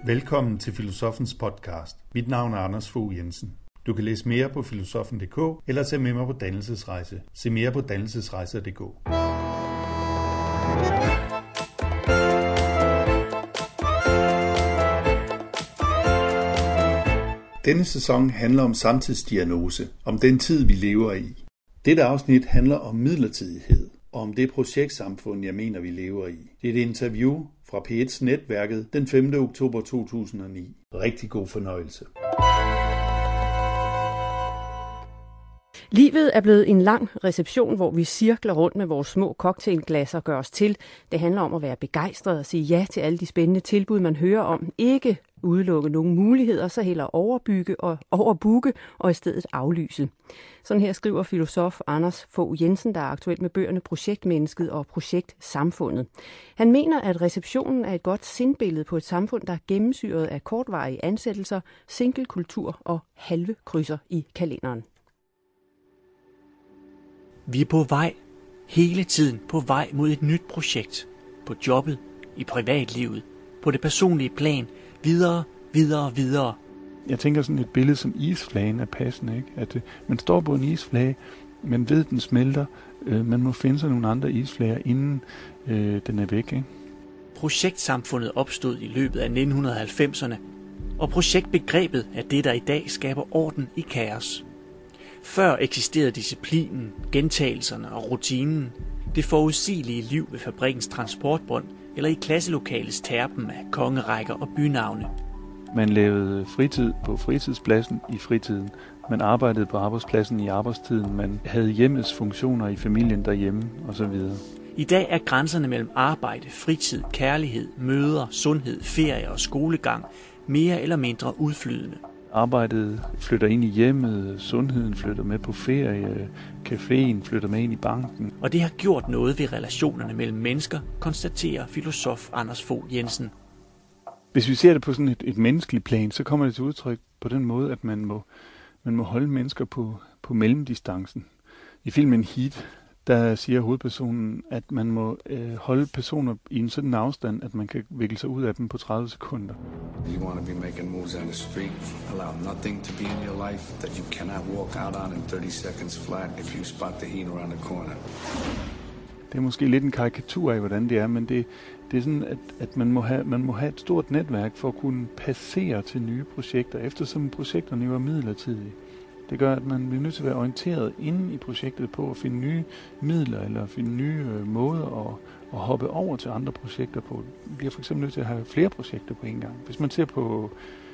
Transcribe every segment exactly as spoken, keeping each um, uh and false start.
Velkommen til Filosofens podcast. Mit navn er Anders Fogh Jensen. Du kan læse mere på filosofen punktum d k eller tage med mig på dannelsesrejse. Se mere på dannelsesrejser punktum d k. Denne sæson handler om samtidsdiagnose, om den tid, vi lever i. Dette afsnit handler om midlertidighed, og om det projektsamfund, jeg mener, vi lever i. Det er et interview fra P et's Netværket den femte oktober to tusind og ni. Rigtig god fornøjelse. Livet er blevet en lang reception, hvor vi cirkler rundt med vores små cocktailglas og gør os til. Det handler om at være begejstret og sige ja til alle de spændende tilbud, man hører om. Ikke udelukke nogle muligheder, så heller overbygge og overbooke og i stedet aflyse. Sådan her skriver filosof Anders Fogh Jensen, der er aktuel med bøgerne Projektmennesket og Projektsamfundet. Han mener, at receptionen er et godt sindbillede på et samfund, der er gennemsyret af kortvarige ansættelser, singlekultur og halve krydser i kalenderen. Vi er på vej, hele tiden på vej mod et nyt projekt. På jobbet, i privatlivet, på det personlige plan, videre, videre, videre. Jeg tænker sådan et billede som isflagen er passende, ikke? At øh, man står på en isflage, man ved, den smelter, øh, man må finde sig nogle andre isflager, inden øh, den er væk, ikke? Projektsamfundet opstod i løbet af nitten halvfemserne, og projektbegrebet er det, der i dag skaber orden i kaos. Før eksisterede disciplinen, gentagelserne og rutinen, det forudsigelige liv ved fabrikkens transportbånd eller i klasselokalets terpen af kongerækker og bynavne. Man lavede fritid på fritidspladsen i fritiden. Man arbejdede på arbejdspladsen i arbejdstiden. Man havde hjemmets funktioner i familien derhjemme osv. I dag er grænserne mellem arbejde, fritid, kærlighed, møder, sundhed, ferie og skolegang mere eller mindre udflydende. Arbejdet flytter ind i hjemmet, sundheden flytter med på ferie, caféen flytter med ind i banken. Og det har gjort noget ved relationerne mellem mennesker, konstaterer filosof Anders Fogh Jensen. Hvis vi ser det på sådan et, et menneskeligt plan, så kommer det til udtryk på den måde, at man må, man må holde mennesker på, på mellemdistancen. I filmen Heat, der siger hovedpersonen, at man må øh, holde personer i en sådan afstand, at man kan vikle sig ud af dem på tredive sekunder. You want to be making moves on the street, allow nothing to be in your life that you cannot walk out on in thirty seconds flat if you spot the heat around the corner. Det er måske lidt en karikatur af, hvordan det er, men det, det er sådan, at, at man, må have, man må have et stort netværk for at kunne passere til nye projekter, eftersom projekterne jo er midlertidige. Det gør, at man bliver nødt til at være orienteret inde i projektet på at finde nye midler eller finde nye øh, måder at, at hoppe over til andre projekter på. Man bliver for eksempel nødt til at have flere projekter på en gang. Hvis man ser på,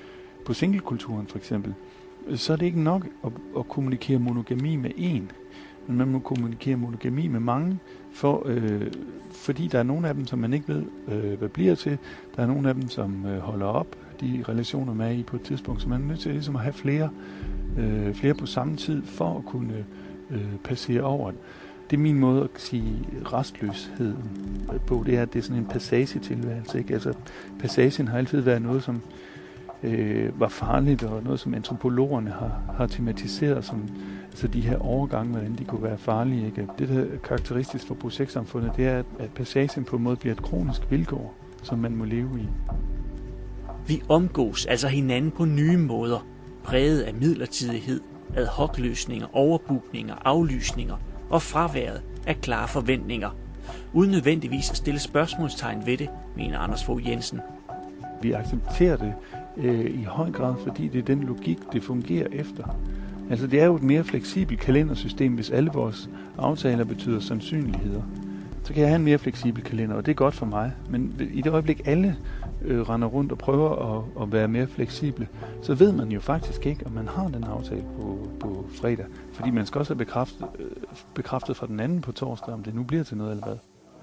på singlekulturen for eksempel, så er det ikke nok at, at kommunikere monogami med én, men man må kommunikere monogami med mange, for, øh, fordi der er nogle af dem, som man ikke ved, øh, hvad bliver til. Der er nogle af dem, som øh, holder op, de relationer man er i på et tidspunkt, så man er nødt til ligesom at have flere Øh, flere på samme tid, for at kunne øh, passere over. Det er min måde at sige restløsheden på, det er, at det er sådan en passagetilværelse, ikke? Altså, passagen har altid været noget, som øh, var farligt, og noget, som antropologerne har, har tematiseret, som altså de her overgange, hvordan de kunne være farlige, ikke? Det, der er karakteristisk for projektsamfundet, det er, at passagen på en måde bliver et kronisk vilkår, som man må leve i. Vi omgås altså hinanden på nye måder, præget af midlertidighed, ad hoc-løsninger, overbookninger, aflysninger og fraværet af klare forventninger, uden nødvendigvis at stille spørgsmålstegn ved det, mener Anders Fogh Jensen. Vi accepterer det øh, i høj grad, fordi det er den logik, det fungerer efter. Altså det er jo et mere fleksibelt kalendersystem, hvis alle vores aftaler betyder sandsynligheder. Så kan jeg have en mere fleksibel kalender, og det er godt for mig. Men i det øjeblik, alle øh, render rundt og prøver at, at være mere fleksible, så ved man jo faktisk ikke, om man har den aftale på, på fredag. Fordi man skal også have bekræftet, øh, bekræftet fra den anden på torsdag, om det nu bliver til noget eller hvad.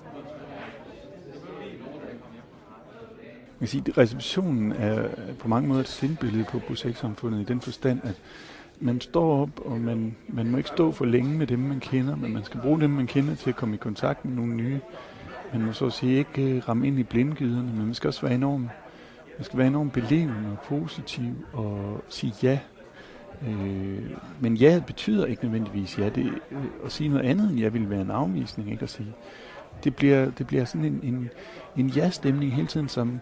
Jeg kan sige, at receptionen er på mange måder et sindbillede på projektsamfundet i den forstand, at man står op, og man, man må ikke stå for længe med dem, man kender, men man skal bruge dem, man kender, til at komme i kontakt med nogle nye. Man må så at sige ikke uh, ramme ind i blindgyderne, men man skal også være enormt, man skal være enormt belevende og positiv og sige ja. Øh, men ja betyder ikke nødvendigvis ja. Det, øh, at sige noget andet end ja vil være en afvisning, ikke at sige. Det bliver, det bliver sådan en, en, en ja-stemning hele tiden, som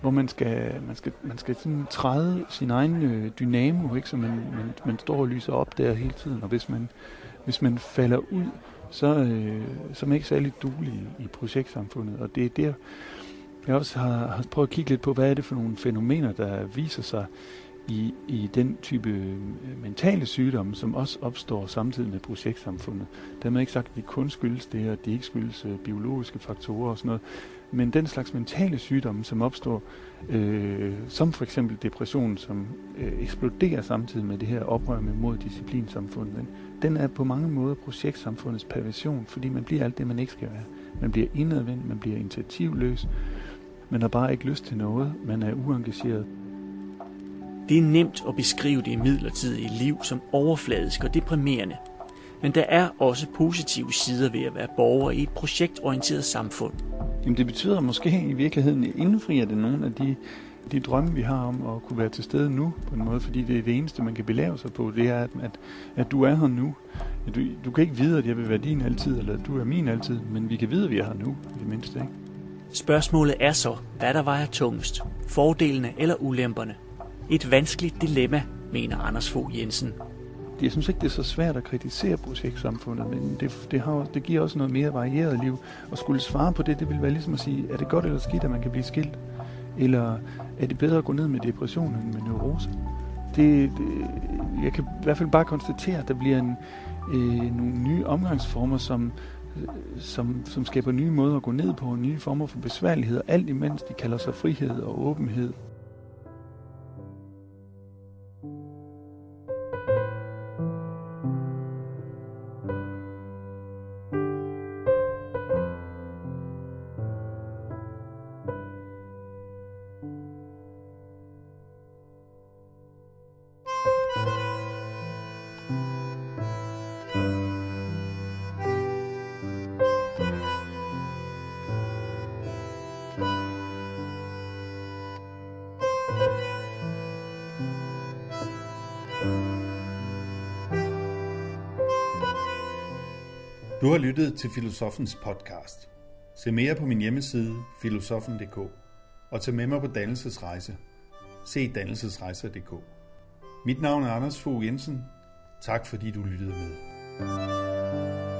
hvor man skal, man skal, man skal sådan træde sin egen øh, dynamo, ikke? Så man, man, man står og lyser op der hele tiden, og hvis man, hvis man falder ud, så, øh, så er man ikke særlig duelig i, i projektsamfundet, og det er der, jeg også har, har prøvet at kigge lidt på, hvad er det for nogle fænomener, der viser sig i, i den type mentale sygdomme, som også opstår samtidig med projektsamfundet. Der har man ikke sagt, at de kun skyldes det, og at de ikke skyldes øh, biologiske faktorer og sådan noget, men den slags mentale sygdomme, som opstår, øh, som for eksempel depression, som øh, eksploderer samtidig med det her oprør mod disciplinsamfundet, den, den er på mange måder projektsamfundets perversion, fordi man bliver alt det, man ikke skal være. Man bliver indadvendt, man bliver initiativløs, man har bare ikke lyst til noget, man er uengageret. Det er nemt at beskrive det midlertidige liv som overfladisk og deprimerende. Men der er også positive sider ved at være borger i et projektorienteret samfund. Jamen det betyder måske i virkeligheden, indfrier det nogle af de, de drømme, vi har om at kunne være til stede nu, på en måde, fordi det er det eneste, man kan belære sig på, det er, at, at, at du er her nu. Du, du kan ikke vide, at jeg vil være din altid, eller at du er min altid, men vi kan vide, at vi er her nu, i det mindste, ikke? Spørgsmålet er så, hvad der vejer tungest, fordelene eller ulemperne. Et vanskeligt dilemma, mener Anders Fogh Jensen. Jeg synes ikke, det er så svært at kritisere projektsamfundet, men det, det, har, det giver også noget mere varieret liv. Og skulle svare på det, det vil være ligesom at sige, er det godt eller skidt, at man kan blive skilt? Eller er det bedre at gå ned med depression end med neurose? Det, det, jeg kan i hvert fald bare konstatere, at der bliver en, øh, nogle nye omgangsformer, som, som, som skaber nye måder at gå ned på, nye former for besværligheder, alt imens de kalder sig frihed og åbenhed. Du har lyttet til Filosofens podcast. Se mere på min hjemmeside filosofen punktum d k og tag med mig på dannelsesrejse. Se dannelsesrejser punktum d k. Mit navn er Anders Fogh Jensen. Tak fordi du lyttede med.